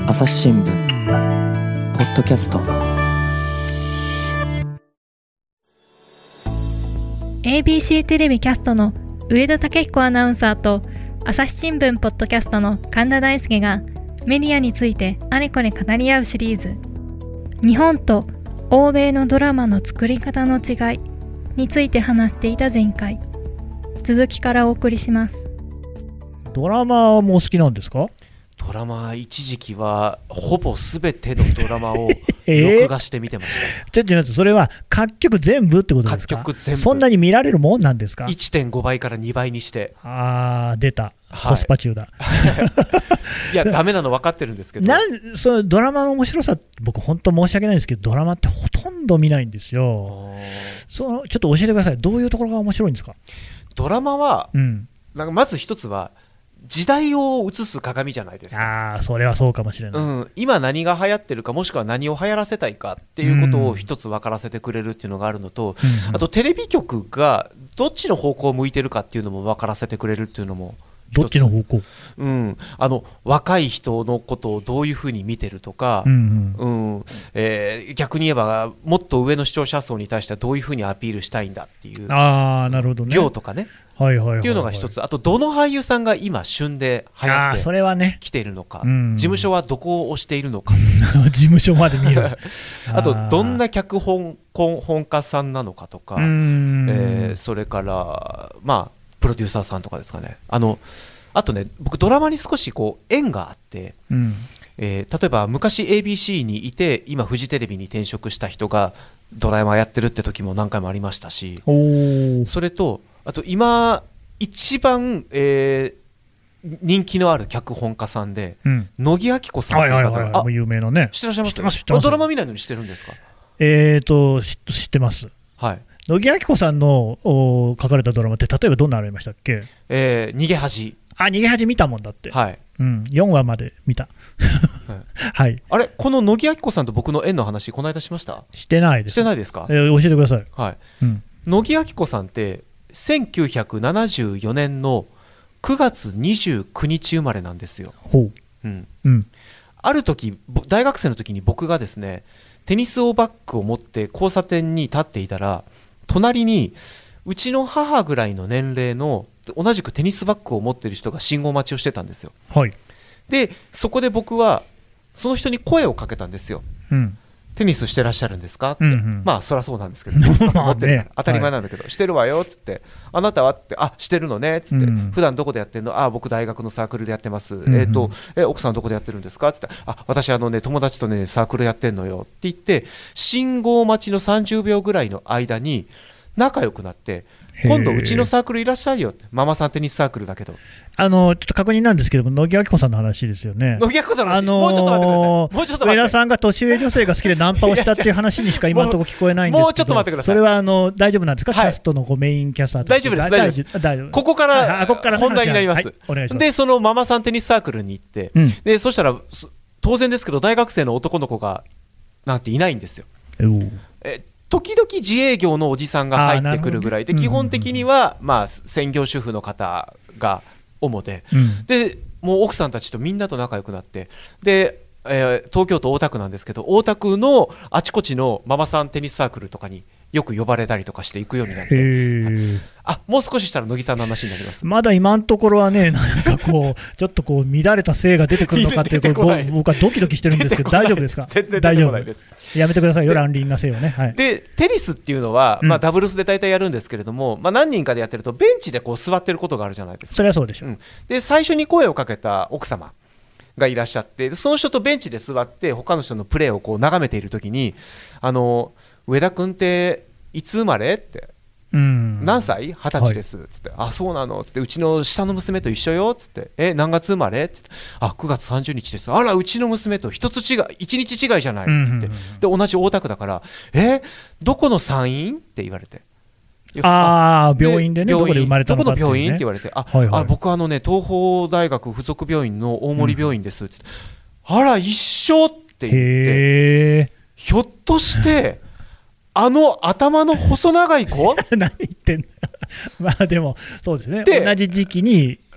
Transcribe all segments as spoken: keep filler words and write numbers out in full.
朝日新聞ポッドキャストエービーシー テレビキャストの上田武彦アナウンサーと朝日新聞ポッドキャストの神田大輔がメディアについてあれこれ語り合うシリーズ、日本と欧米のドラマの作り方の違いについて話していた前回、続きからお送りします。 ドラマもお好きなんですか？ ドラマ、一時期はほぼ全てのドラマをえー録画して見てました。 ちょっと待って、それは各局全部ってことですか？ 各局全部。 そんなに見られるもんなんですか？ いってんご 倍からにばいにして。 あー、出た、 はい、 コスパ中だいや、ダメなの分かってるんですけど、 なんそのドラマの面白さ、僕本当申し訳ないんですけど、ドラマってほとんど見ないんですよ。そのちょっと教えてください。どういうところが面白いんですか？ ドラマは、 うん、 なんかまず一つは時代を映す鏡じゃないですか。 あー、それはそうかもしれない、 うん、今何が流行ってるか、もしくは何を流行らせたいかっていうことを一つ分からせてくれるっていうのがあるのと、 うんうん、 あとテレビ局がどっちの方向を向いてるかっていうのも分からせてくれるっていうのも、 どっちの方向？ うん、あの若い人のことをどういうふうに見てるとか、 うんうんうんえー、逆に言えばもっと上の視聴者層に対してはどういうふうにアピールしたいんだっていう、 あー、なるほどね、 量とかね、 はいはいはいはい、 っていうのが一つ。あとどの俳優さんが今旬で流行あー、それはね、 ってきているのか、 うん事務所はどこを推しているのか事務所まで見るあとどんなな脚本本家さんなのかとか、 うん、 えー、それからまあプロデューサーさんとかですかね。あのあとね、僕ドラマに少しこう縁があって、 うんえー、例えば昔 エービーシー にいて今フジテレビに転職した人がドラマやってるって時も何回もありましたし、 おー、 それとあと今一番、えー、人気のある脚本家さんで、うん、乃木明子さんという方が、 はいはいはい、もう有名なね。 知ってらっしゃいます？ 知ってます、知ってます。 ドラマ見ないのに知ってるんですか？ えーと知ってます、はい。乃木明子さんの書かれたドラマって例えばどんなのありましたっけ？ えー、逃げ恥。 あ、逃げ恥見たもんだって、はい、うん、よんわまで見た、はいはい、 あれ、この乃木明子さんと僕の縁の話この間しました？してないです。 してないですか？ えー、教えてください、 はいうん、乃木明子さんってせんきゅうひゃくななじゅうよねんのくがつにじゅうくにち生まれなんですよ。 ほう、 うんうん、 ある時大学生の時に僕がですねテニス用バッグを持って交差点に立っていたら、隣にうちの母ぐらいの年齢の同じくテニスバッグを持っている人が信号待ちをしてたんですよ、 はい、 でそこで僕はその人に声をかけたんですよ、うん、テニスしてらっしゃるんですかって、うんうん、まあそりゃそうなんですけど、持ってるから当たり前なんだけど、はい、してるわよっつって、あなたはって、あしてるのねっつって、うん、普段どこでやってるの？あ僕大学のサークルでやってます、うんうん、えーとえ奥さんどこでやってるんですかっつって、あ私あのね友達とねサークルやってんのよって言って、信号待ちのさんじゅうびょうぐらいの間に仲良くなって、今度うちのサークルいらっしゃいよって、ママさんテニスサークルだけど、 あのちょっと確認なんですけども、乃木明子さんの話ですよね。 乃木明子さんの話、 あのー、 もうちょっと待ってください。もうちょっと待って。 上田さんが年上女性が好きでナンパをしたっていう話にしか今のところ聞こえないんですけど、 もうちょっと待ってください。 それはあの大丈夫なんですか、 はい、 キャストのこうメインキャスターと大丈夫です、大丈夫です。 大丈夫。 ここから本題になります。 はい、お願いします。 でそのママさんテニスサークルに行って、うん、でそしたら当然ですけど大学生の男の子がなんていないんですよ。え時々自営業のおじさんが入ってくるぐらいで、基本的にはまあ専業主婦の方が主で、うん、でもう奥さんたちとみんなと仲良くなって、で、えー、東京都大田区なんですけど、大田区のあちこちのママさんテニスサークルとかによく呼ばれたりとかして行くようになって、あもう少ししたら乃木さんの話になります。 まだ今のところはね、なんかこうちょっとこう乱れた性が出てくるのかっていう、僕はドキドキしてるんですけど、大丈夫ですか？ 全然出てこないです。 やめてくださいよ、乱倫な性をね、はい、 でテニスっていうのは、まあ、ダブルスで大体やるんですけれども、うんまあ、何人かでやってるとベンチでこう座ってることがあるじゃないですか。 それはそうでしょう、うん、 で最初に声をかけた奥様がいらっしゃって、その人とベンチで座って他の人のプレーをこう眺めているときに、あの上田君っていつ生まれって、うん、何歳？はたちです、はい、つって、あそうなのつって、うちの下の娘と一緒よつって、え何月生まれつって、あくがつさんじゅうにちです、あらうちの娘と一つ違いいちにち違いじゃないって言って、うんうんうん、で同じ大田区だから、えどこの産院って言われて、 ああ病院でね、どこで生まれたのかっていうね、 どこの病院って言われて、あ、 はいはい、 あ僕はあのね東邦大学附属病院の大森病院ですって、うん、あら一緒って言って、ひょっとしてあの頭の細長い子何言ってんのまあでもそうですね、同じ時期に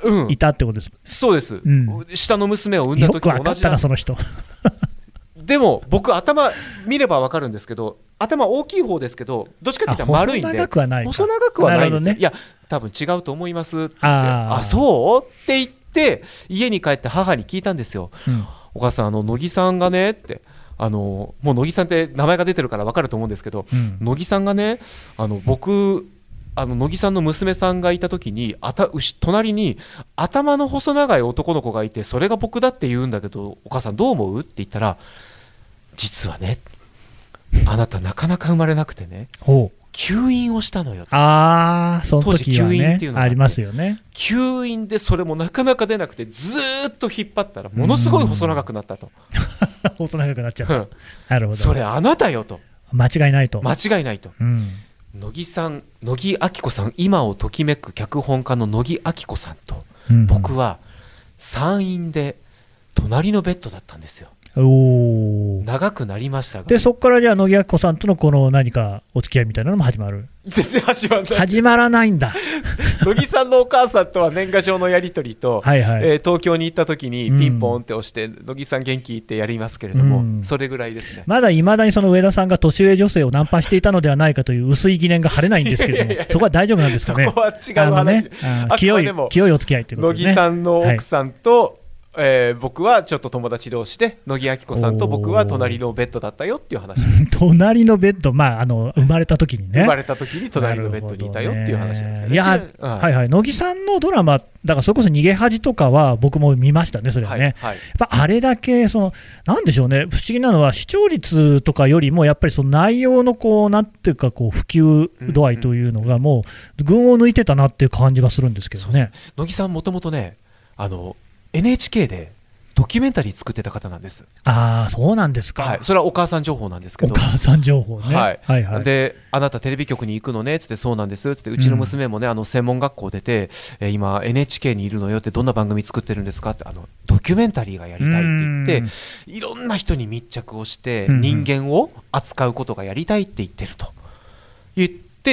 いたってことです、うん、 そうです、うん、下の娘を産んだ時も同じだ。 よく分かったなその人でも僕頭見れば分かるんですけど、頭大きい方ですけどどっちかっていったら丸いんで細長くはないか。 細長くはないんですよ、ね、いや多分違うと思いますって言って、ああそうって言って家に帰って母に聞いたんですよ、うん、お母さんあの乃木さんがねって、あのもう乃木さんって名前が出てるから分かると思うんですけど、うん、乃木さんがねあの僕あの乃木さんの娘さんがいた時にあた隣に頭の細長い男の子がいて、それが僕だって言うんだけどお母さんどう思うって言ったら、実はねあなたなかなか生まれなくてね吸引をしたのよ。 ああその時はね、当時吸引っていうのがありますよね。 吸引でそれもなかなか出なくてずーっと引っ張ったらものすごい細長くなったと細長くなっちゃった、うん、なるほど。 それあなたよと。 間違いないと。 間違いないと、うん、乃木さん乃木明子さん、今をときめく脚本家の乃木明子さんと、うんうん、僕は産院で隣のベッドだったんですよ。お長くなりましたが、 でそこからじゃあ乃木明子さんとのこの何かお付き合いみたいなのも始まる。 全然始まらない。 始まらないんだ乃木さんのお母さんとは年賀状のやり取りと、はい、はい、えー、東京に行った時にピンポンって押して、うん、乃木さん元気ってやりますけれども、うん、それぐらいですね。 まだいまだにその上田さんが年上女性をナンパしていたのではないかという薄い疑念が晴れないんですけれども、いやいやいや、そこは大丈夫なんですかね。 そこは違う話、ね、 清い清いお付き合いということですね。 乃木さんの奥さんと、はい、えー、僕はちょっと友達同士で、乃木明子さんと僕は隣のベッドだったよっていう話隣のベッド、まあ、あの生まれた時にね、 生まれた時に隣のベッドにいたよっていう話なんですよね。 いや、はいはい、乃木さんのドラマだからそれこそ逃げ恥とかは僕も見ましたね、それはね、はいはい、やっぱあれだけそのなんでしょうね、不思議なのは視聴率とかよりもやっぱりその内容のこうなんていうかこう普及度合いというのがもう群を抜いてたなっていう感じがするんですけどね。 乃木さんもともとね、あのエヌエイチケー でドキュメンタリー作ってた方なんです。 ああ、そうなんですか、 はい、それはお母さん情報なんですけど。 お母さん情報ね、 はいはいはい、であなたテレビ局に行くのねっつって、そうなんですっつって、うちの娘もね、うん、あの専門学校出て、えー、今 エヌエイチケー にいるのよって、どんな番組作ってるんですかって、あのドキュメンタリーがやりたいって言って、いろんな人に密着をして、人間を扱うことがやりたいって言ってると言って、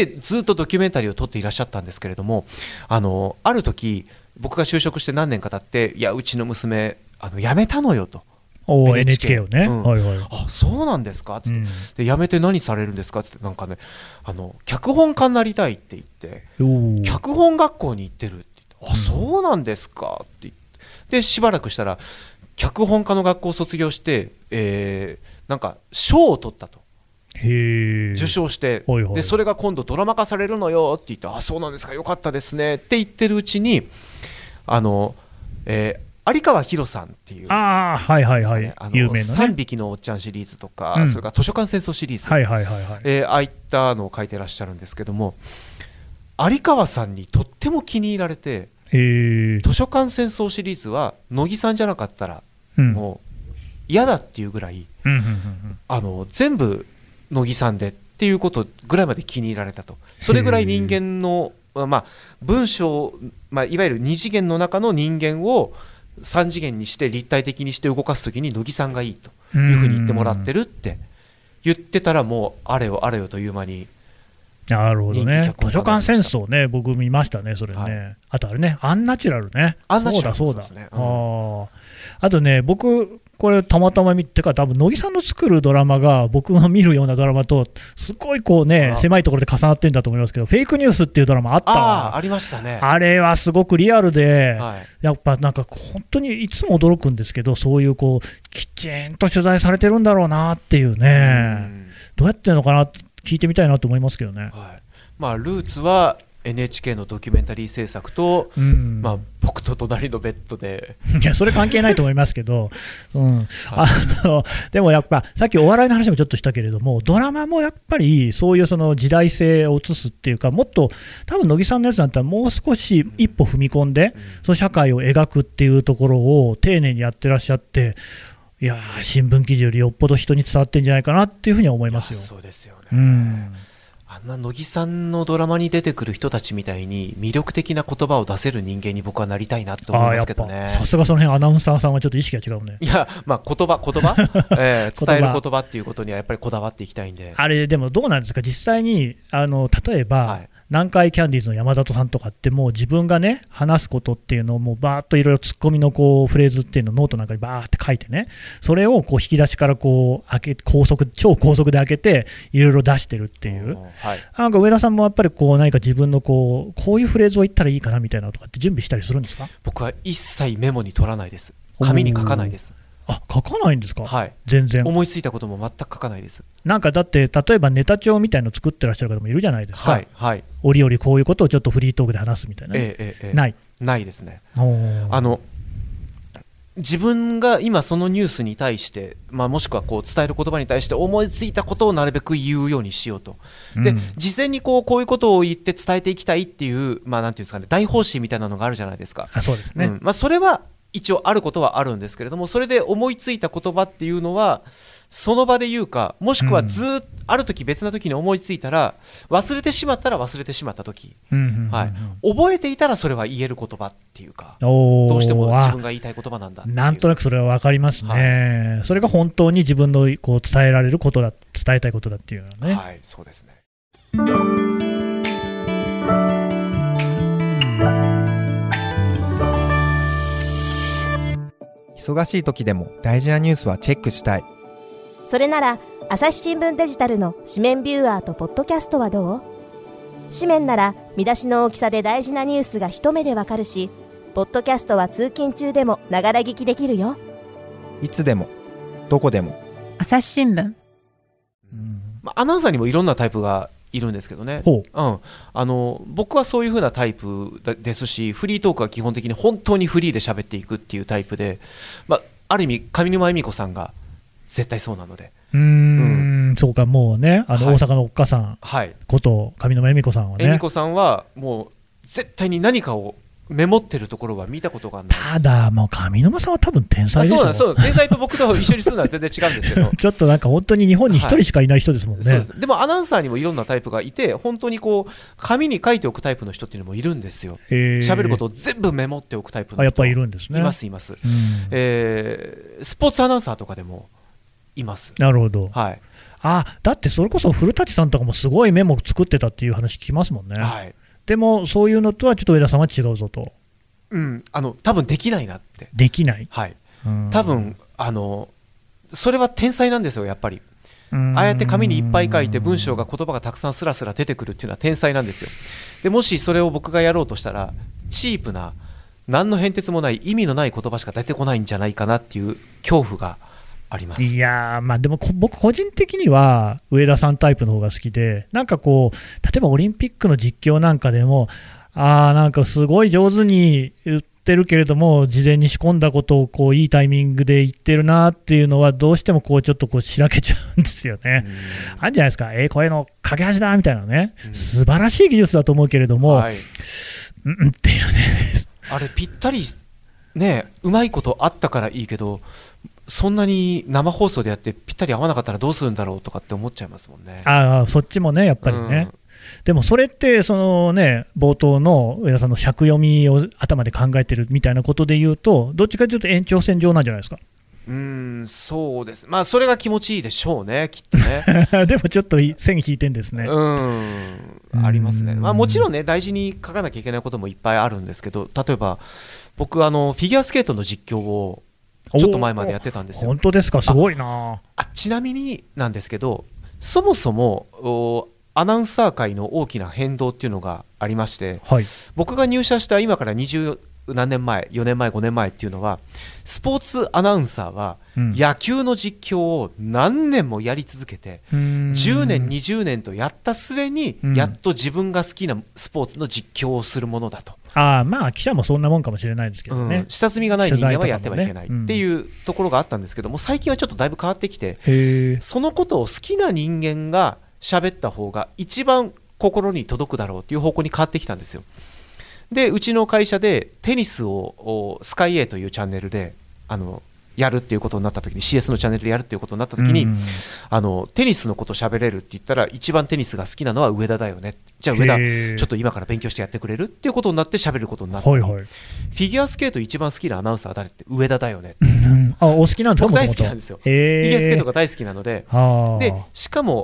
ずっとドキュメンタリーを撮っていらっしゃったんですけれども、あのある時僕が就職して何年か経って、いやうちの娘あの辞めたのよと。 エヌエイチケー をね、うんはいはい、 あそうなんですかって言って、うん、で辞めて何されるんですかって言って、なんかね、あの脚本家になりたいって言って、脚本学校に行ってるって言って、あそうなんですかって言って、でしばらくしたら脚本家の学校を卒業して、えー、なんか賞を取ったと。へ受賞して、はいはい、でそれが今度ドラマ化されるのよって言って、あそうなんですか、よかったですねって言ってるうちに、あの、えー有川博さんっていう、 あ、はいはいはい、あの有名なね、 さんびきのおっちゃんシリーズとか、うん、それから図書館戦争シリーズ、 はいはいはいはい、 えー、ああいったのを書いてらっしゃるんですけども、有川さんにとっても気に入られて、へ図書館戦争シリーズは乃木さんじゃなかったらもう嫌だっていうぐらい、うん、あの全部乃木さんでっていうことぐらいまで気に入られたと。それぐらい人間の、まあ、文章、まあ、いわゆる二次元の中の人間をさん次元にして立体的にして動かすときに乃木さんがいいというふうに言ってもらってるって言ってたら、もうあれよあれよという間に。 なるほどね。図書館戦争ね、僕見ましたね、それね、はい、あとあれね、アンナチュラルね、 アンナチュラルそうだそうだ、うん、あ, あとね、僕これたまたま見てか、多分乃木さんの作るドラマが僕が見るようなドラマとすごいこうね狭いところで重なってるんだと思いますけど、フェイクニュースっていうドラマあったわ。 あありましたね。 あれはすごくリアルで、はい、やっぱなんか本当にいつも驚くんですけど、そういうこうきちんと取材されてるんだろうなっていうね、うどうやってるのかなって聞いてみたいなと思いますけどね、はい、 まあ、ルーツは エヌエイチケー のドキュメンタリー制作と、うんまあ、僕と隣のベッドでいやそれ関係ないと思いますけど、うんはい、あのでもやっぱさっきお笑いの話もちょっとしたけれども、ドラマもやっぱりそういうその時代性を映すっていうか、もっと多分乃木さんのやつだったらもう少し一歩踏み込んで、うん、その社会を描くっていうところを丁寧にやってらっしゃって、いや新聞記事よりよっぽど人に伝わってんじゃないかなっていうふうには思いますよ。 そうですよね、 うんあんな乃木さんのドラマに出てくる人たちみたいに魅力的な言葉を出せる人間に僕はなりたいなと思いますけどね。 さすがその辺アナウンサーさんはちょっと意識が違うね。 いや、まあ、言葉言葉、えー、伝える言葉っていうことにはやっぱりこだわっていきたいんで。 あれでもどうなんですか、実際にあの例えば、はい、 南海キャンディーズの山里さんとかってもう自分がね話すことっていうのをもうバーッといろいろツッコミのこうフレーズっていうのをノートなんかにバーって書いてね、それをこう引き出しからこう開け高速超高速で開けていろいろ出してるっていう、はい、なんか上田さんもやっぱりこう何か自分のこうこういうフレーズを言ったらいいかなみたいなのとかって準備したりするんですか？ 僕は一切メモに取らないです。紙に書かないです。 あ、書かないんですか？ はい、 全然思いついたことも全く書かないです。 なんかだって例えばネタ帳みたいの作ってらっしゃる方もいるじゃないですか、 はいはい、 折々こういうことをちょっとフリートークで話すみたいな、ねええええ、 ないないですね。あの自分が今そのニュースに対して、まあ、もしくはこう伝える言葉に対して思いついたことをなるべく言うようにしようと。で、うん、事前にこうこういうことを言って伝えていきたいっていう、まあ、なんていうんですかね、大方針みたいなのがあるじゃないですか。 あ、そうですね、 うん、まあ、それは一応あることはあるんですけれども、それで思いついた言葉っていうのはその場で言うか、もしくはずっとある時別な時に思いついたら忘れてしまったら忘れてしまった時、はい、覚えていたらそれは言える言葉っていうか、どうしても自分が言いたい言葉なんだっていう、 なんとなくそれは分かりますね、はい、それが本当に自分のこう伝えられることだ、伝えたいことだっていうのはね。 はい、そうですね。 忙しい時でも大事なニュースはチェックしたい。 それなら朝日新聞デジタルの紙面ビューアーとポッドキャストはどう？紙面なら見出しの大きさで大事なニュースが一目でわかるし、ポッドキャストは通勤中でもながら聞きできるよ。 いつでもどこでも朝日新聞、 うんまあ、アナウンサーにもいろんなタイプがいるんですけどね、 ほう、 うん、あの僕はそういう風なタイプですし、フリートークは基本的に本当にフリーで喋っていくっていうタイプで、まあ、ある意味上沼恵美子さんが絶対そうなので、 うーん、うん、そうか、もうね、あの大阪のおっかさんこと上沼恵美子さんはね、 恵美子さんはもう絶対に何かをメモってるところは見たことがない。 ただもう上沼さんは多分天才でしょ。 そうなんそう天才と僕と一緒にするのは全然違うんですけどちょっとなんか本当に日本に一人しかいない人ですもんね、はい、 そうです。でもアナウンサーにもいろんなタイプがいて、本当にこう紙に書いておくタイプの人っていうのもいるんですよ。喋ることを全部メモっておくタイプの人、 あ、やっぱりいるんですね。 いますいます、うん、えー、スポーツアナウンサーとかでもいます。 なるほど、 はい、 あ、だってそれこそ古舘さんとかもすごいメモ作ってたっていう話聞きますもんね、 はい、 でもそういうのとはちょっと上田さんは違うぞと。 うん、あの多分できないなって。 できない、 はい、多分あのそれは天才なんですよ、やっぱり。ああやって紙にいっぱい書いて文章が言葉がたくさんスラスラ出てくるっていうのは天才なんですよ。でもしそれを僕がやろうとしたらチープな何の変哲もない意味のない言葉しか出てこないんじゃないかなっていう恐怖があります。 いやー、まあでも僕個人的には上田さんタイプの方が好きで、なんかこう例えばオリンピックの実況なんかでも、あーなんかすごい上手に言ってるけれども事前に仕込んだことをこういいタイミングで言ってるなっていうのはどうしてもこうちょっとこうしらけちゃうんですよね。あるんじゃないですか、えー、これの架け橋だみたいなね、素晴らしい技術だと思うけれども、はい、うんっていうねあれぴったりね、うまいことあったからいいけど、そんなに生放送でやってぴったり合わなかったらどうするんだろうとかって思っちゃいますもんね。 ああ、そっちもねやっぱりね、うん、でもそれってそのね冒頭の上田さんの尺読みを頭で考えてるみたいなことで言うと、どっちかというと延長線上なんじゃないですか。 うーん、そうです。まあそれが気持ちいいでしょうね、きっとねでもちょっと線引いてんですね。 うーん、ありますね。まあもちろんね大事に書かなきゃいけないこともいっぱいあるんですけど、例えば僕あのフィギュアスケートの実況をちょっと前までやってたんですよ。 本当ですか、すごいなあ。ちなみになんですけど、そもそもアナウンサー界の大きな変動っていうのがありまして、はい、僕が入社した今からにじゅうなんねんまえ、よねんまえ、ごねんまえっていうのは、スポーツアナウンサーは野球の実況を何年もやり続けて、うん、じゅうねんにじゅうねんとやった末に、うん、やっと自分が好きなスポーツの実況をするものだと。 あ、まあ記者もそんなもんかもしれないですけどね、 うん、下積みがない人間はやってはいけないっていうところがあったんですけども、最近はちょっとだいぶ変わってきて、そのことを好きな人間が喋った方が一番心に届くだろうっていう方向に変わってきたんですよ。でうちの会社でテニスをスカイ A というチャンネルであのやるっていうことになった時に シーエス のチャンネルでやるっていうことになった時に、うん、あのテニスのこと喋れるって言ったら一番テニスが好きなのは上田だよね、じゃあ上田ちょっと今から勉強してやってくれるっていうことになって喋ることになった、はいはい、フィギュアスケート一番好きなアナウンサーは誰って上田だよねあ、お好きなんですか。 僕大好きなんですよ。フィギュアスケートが大好きなので、でしかも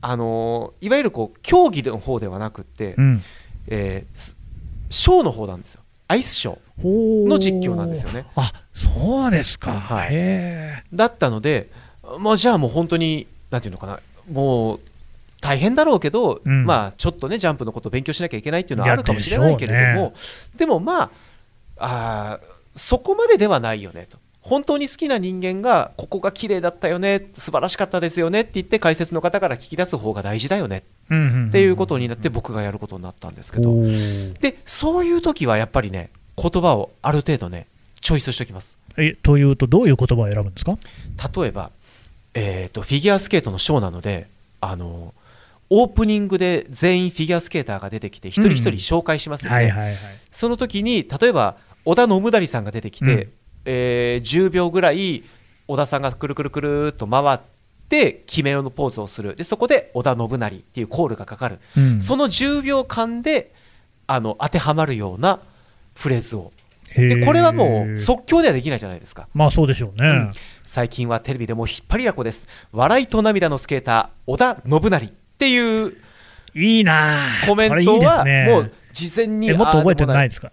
あのー、いわゆるこう競技の方ではなくって、 うんえー、ショーの方なんですよ。アイスショーの実況なんですよね。 あ、そうですか、 はい、 へだったので、まあ、じゃあもう本当になんていうのかな、もう大変だろうけど、うん、まあちょっとねジャンプのことを勉強しなきゃいけないっていうのはあるかもしれないけれども、 で, ね、でもまあ、あそこまでではないよねと。本当に好きな人間がここが綺麗だったよね、素晴らしかったですよねって言って解説の方から聞き出す方が大事だよねっていうことになって僕がやることになったんですけど、でそういう時はやっぱりね言葉をある程度ねチョイスしておきます。 えというとどういう言葉を選ぶんですか？ 例えば、えーと、フィギュアスケートのショーなので、あのオープニングで全員フィギュアスケーターが出てきて一人一人紹介しますよね。その時に例えば織田信成さんが出てきて、うんえー、じゅうびょうぐらい織田さんがくるくるくるっと回って決めのポーズをする。でそこで織田信成っていうコールがかかる、うん、そのじゅうびょうかんであの当てはまるようなフレーズを、でこれはもう即興ではできないじゃないですか。 まあそうでしょうね、うん、 最近はテレビでも引っ張りだこです、笑いと涙のスケーター織田信成っていういいなコメントはもう事前に、 えもっと覚えてないですか？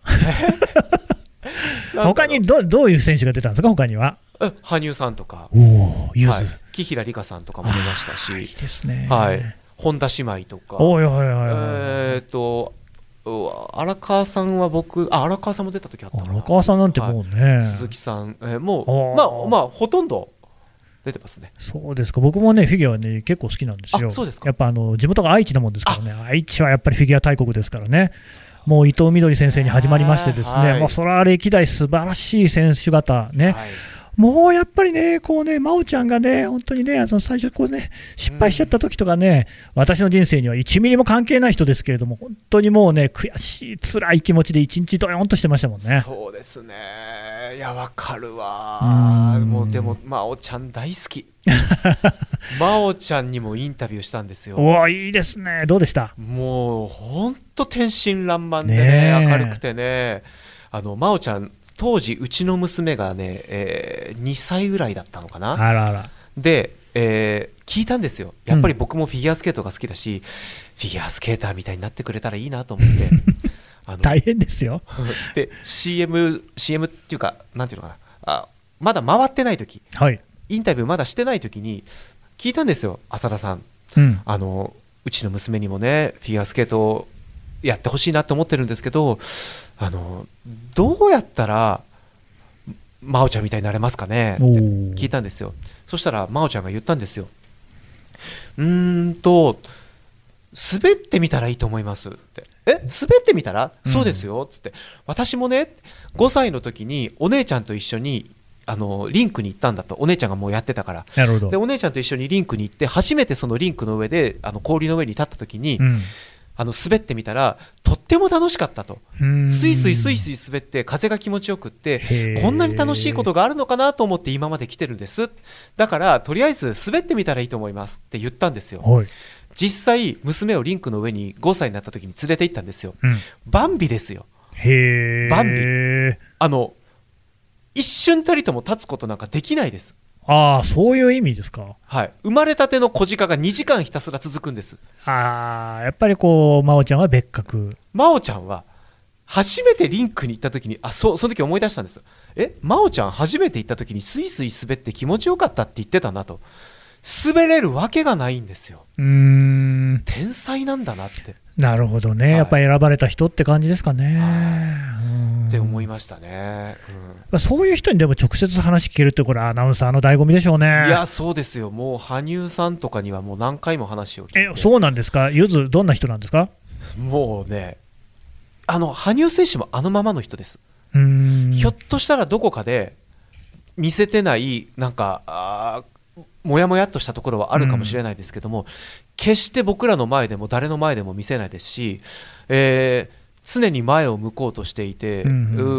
他に ど, どういう選手が出たんですか？他には羽生さんとか、 おゆず、はい、 紀平梨花さんとかも出ましたし、 いいですね、 はい、本田姉妹とか、 おいおいおいおい、 えーと荒川さんは僕あ荒川さんも出た時あったかな。 荒川さんなんてもうね、 はい、鈴木さん、えー、もうまあまあほとんど出てますね。 そうですか。僕もねフィギュアはね結構好きなんですよ。 あ、そうですか。 やっぱあの地元が愛知なもんですからね。愛知はやっぱりフィギュア大国ですからね。もう伊藤みどり先生に始まりましてですね、はい、もうそれは歴代素晴らしい選手方ね、はい、もうやっぱりねこうね真央ちゃんがね本当にねあの最初こうね失敗しちゃった時とかね、うん、私の人生にはいちミリも関係ない人ですけれども本当にもうね悔しい辛い気持ちで一日ドヨンとしてましたもんね。 そうですね、いやわかるわ。もうでも真央ちゃん大好き真央ちゃんにもインタビューしたんですよ。 おーいいですね。どうでした？ もう本当天真爛漫でね明るくてね、あの真央ちゃん当時うちの娘がね、えー、にさいぐらいだったのかな。 あらあらで、えー、聞いたんですよ。やっぱり僕もフィギュアスケートが好きだし、うん、フィギュアスケーターみたいになってくれたらいいなと思ってあの大変ですよで シーエム, シーエム っていうかなんていうのかな、あまだ回ってない時、 はい、 インタビューまだしてない時に聞いたんですよ。浅田さん、 うん、 あのうちの娘にもねフィギュアスケートをやってほしいなと思ってるんですけど、あのどうやったら真央ちゃんみたいになれますかねって聞いたんですよ。そしたら真央ちゃんが言ったんですよ。うーんと滑ってみたらいいと思いますって。え滑ってみたら、うん、そうですよっつって、私もねごさいの時にお姉ちゃんと一緒にあのリンクに行ったんだと。お姉ちゃんがもうやってたから。 なるほど。 でお姉ちゃんと一緒にリンクに行って初めてそのリンクの上であの氷の上に立った時に、うん、あの滑ってみたらとっても楽しかったと。スイスイスイスイ滑って風が気持ちよくってこんなに楽しいことがあるのかなと思って今まで来てるんです。だからとりあえず滑ってみたらいいと思いますって言ったんですよ。実際娘をリンクの上にごさいになった時に連れて行ったんですよ、うん、バンビですよ。 へーバンビあの一瞬たりとも立つことなんかできないです。 ああそういう意味ですか。 はい、生まれたての小鹿がにじかんひたすら続くんです。 ああやっぱりこう真央ちゃんは別格。 真央ちゃんは初めてリンクに行った時にあそうその時思い出したんです。え真央ちゃん初めて行った時にスイスイ滑って気持ちよかったって言ってたなと。滑れるわけがないんですよ。 うーん天才なんだなって。 なるほどね、はい、やっぱり選ばれた人って感じですかね、 はい、って思いましたね、 うん、そういう人にでも直接話聞けるってこれアナウンサーの醍醐味でしょうね。 いやそうですよ。もう羽生さんとかにはもう何回も話を聞いて。 えそうなんですか。ゆずどんな人なんですか。 もうねあの羽生選手もあのままの人です。 うーんひょっとしたらどこかで見せてないなんかあもやもやっとしたところはあるかもしれないですけども、うん、決して僕らの前でも誰の前でも見せないですし、えー、常に前を向こうとしていて、うんうん、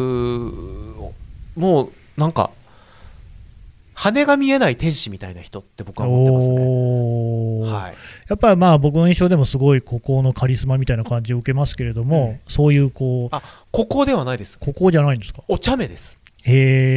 うもうなんか羽が見えない天使みたいな人って僕は思ってますね、はい、 やっぱりまあ僕の印象でもすごい孤高のカリスマみたいな感じを受けますけれども、うん、そういうこうあ孤高ではないです。 孤高じゃないんですか。 お茶目です。 へ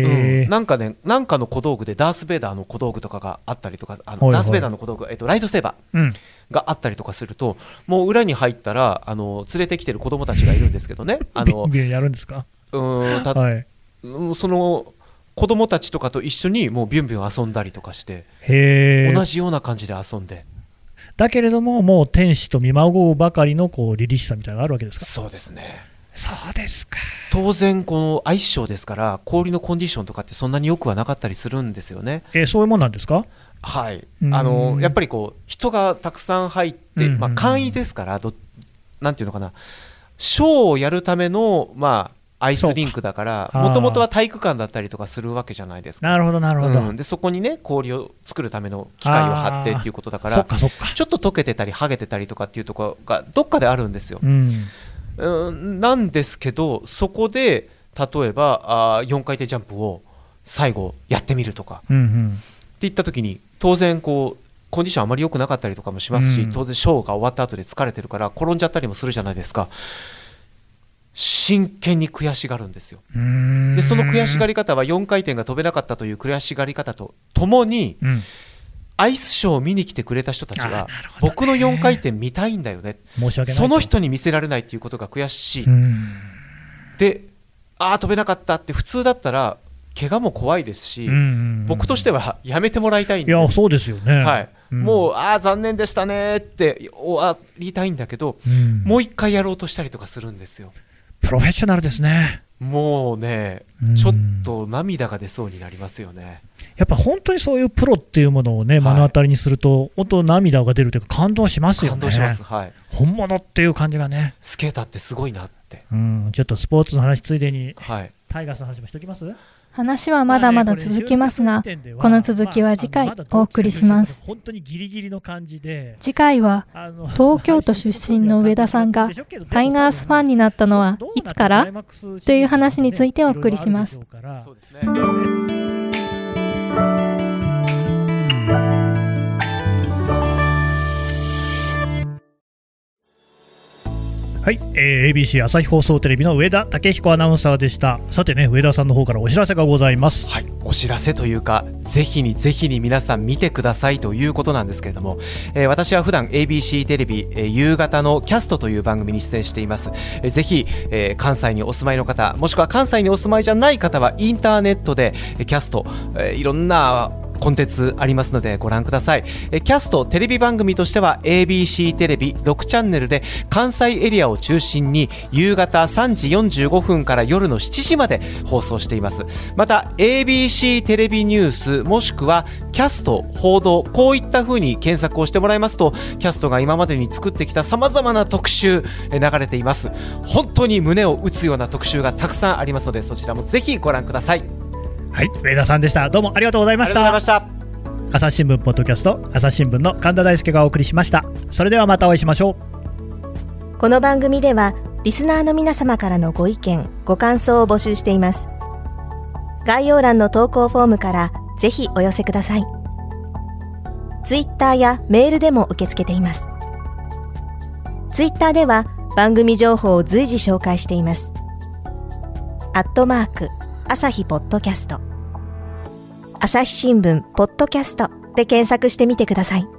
なんかね、なんかの小道具でダース・ベイダーの小道具とかがあったりとか、あのはいはい、 ダース・ベイダーの小道具、えっと、ライトセーバーがあったりとかすると、うん、もう裏に入ったらあの連れてきてる子供たちがいるんですけどね、あのビンビンやるんですか。 うーんた、はい、その子供たちとかと一緒にもうビュンビュン遊んだりとかして、へ同じような感じで遊んで。 だけれども、もう天使と見まごうばかりのこう凛々しさみたいなのがあるわけですか。 そうですね。 そうですか。 当然このアイスショーですから氷のコンディションとかってそんなによくはなかったりするんですよね。 えー、そういうもんなんですか。 はい、あのやっぱりこう人がたくさん入って、まあ、簡易ですからどなんていうのかな、ショーをやるための、まあ、アイスリンクだからもともとは体育館だったりとかするわけじゃないですか。 なるほどなるほど、 うん、でそこにね氷を作るための機械を張ってっていうことだから、 そっかそっか、 ちょっと溶けてたり剥げてたりとかっていうところがどっかであるんですよ、うんうん、なんですけどそこで例えばあよんかい転ジャンプを最後やってみるとか、うんうん、っていった時に当然こうコンディションあまり良くなかったりとかもしますし、うん、当然ショーが終わった後で疲れてるから転んじゃったりもするじゃないですか。真剣に悔しがるんですよ。でその悔しがり方はよんかい転が飛べなかったという悔しがり方とともに、うん、アイスショーを見に来てくれた人たちが、ね、僕のよんかい転見たいんだよね、申し訳ない、その人に見せられないということが悔しい。であー飛べなかったって普通だったら怪我も怖いですし、うんうんうん、僕としてはやめてもらいたいんです。 いやそうですよね、 はいうん、もうあー残念でしたねって終わりたいんだけど、うん、もう一回やろうとしたりとかするんですよ。 プロフェッショナルですね。 もうね、うん、ちょっと涙が出そうになりますよね。 やっぱ本当にそういうプロっていうものをね、目の当たりにすると、はい、本当涙が出るというか感動しますよね。 感動します、はい、 本物っていう感じがね。 スケーターってすごいなって、 うん、ちょっとスポーツの話ついでに、はい、タイガースの話もしておきます。 話はまだまだ続きますが、この続きは次回お送りします。 本当にギリギリの感じで、 次回は東京都出身の上田さんがタイガースファンになったのはいつからという話についてお送りします。そうですね。 はい、えー、エービーシー 朝日放送テレビの上田武彦アナウンサーでした。さてね、上田さんの方からお知らせがございます。 はい、お知らせというかぜひにぜひに皆さん見てくださいということなんですけれども、えー、私は普段 エービーシー テレビ、えー、夕方のキャストという番組に出演しています。えー、ぜひ、えー、関西にお住まいの方もしくは関西にお住まいじゃない方はインターネットで、えー、キャスト、えー、いろんなコンテンツありますのでご覧ください。えキャストテレビ番組としては エービーシー テレビろくチャンネルで関西エリアを中心に夕方さんじよんじゅうごふんから夜のしちじまで放送しています。また エービーシー テレビニュースもしくはキャスト報道、こういった風に検索をしてもらいますとキャストが今までに作ってきた様々な特集流れています。本当に胸を打つような特集がたくさんありますのでそちらもぜひご覧ください。 はい、上田さんでした。どうもありがとうございました。 ありがとうございました。朝日新聞ポッドキャスト、朝日新聞の神田大輔がお送りしました。それではまたお会いしましょう。この番組ではリスナーの皆様からのご意見ご感想を募集しています。概要欄の投稿フォームからぜひお寄せください。ツイッターやメールでも受け付けています。ツイッターでは番組情報を随時紹介しています。アットマーク朝日ポッドキャスト、朝日新聞ポッドキャストで検索してみてください。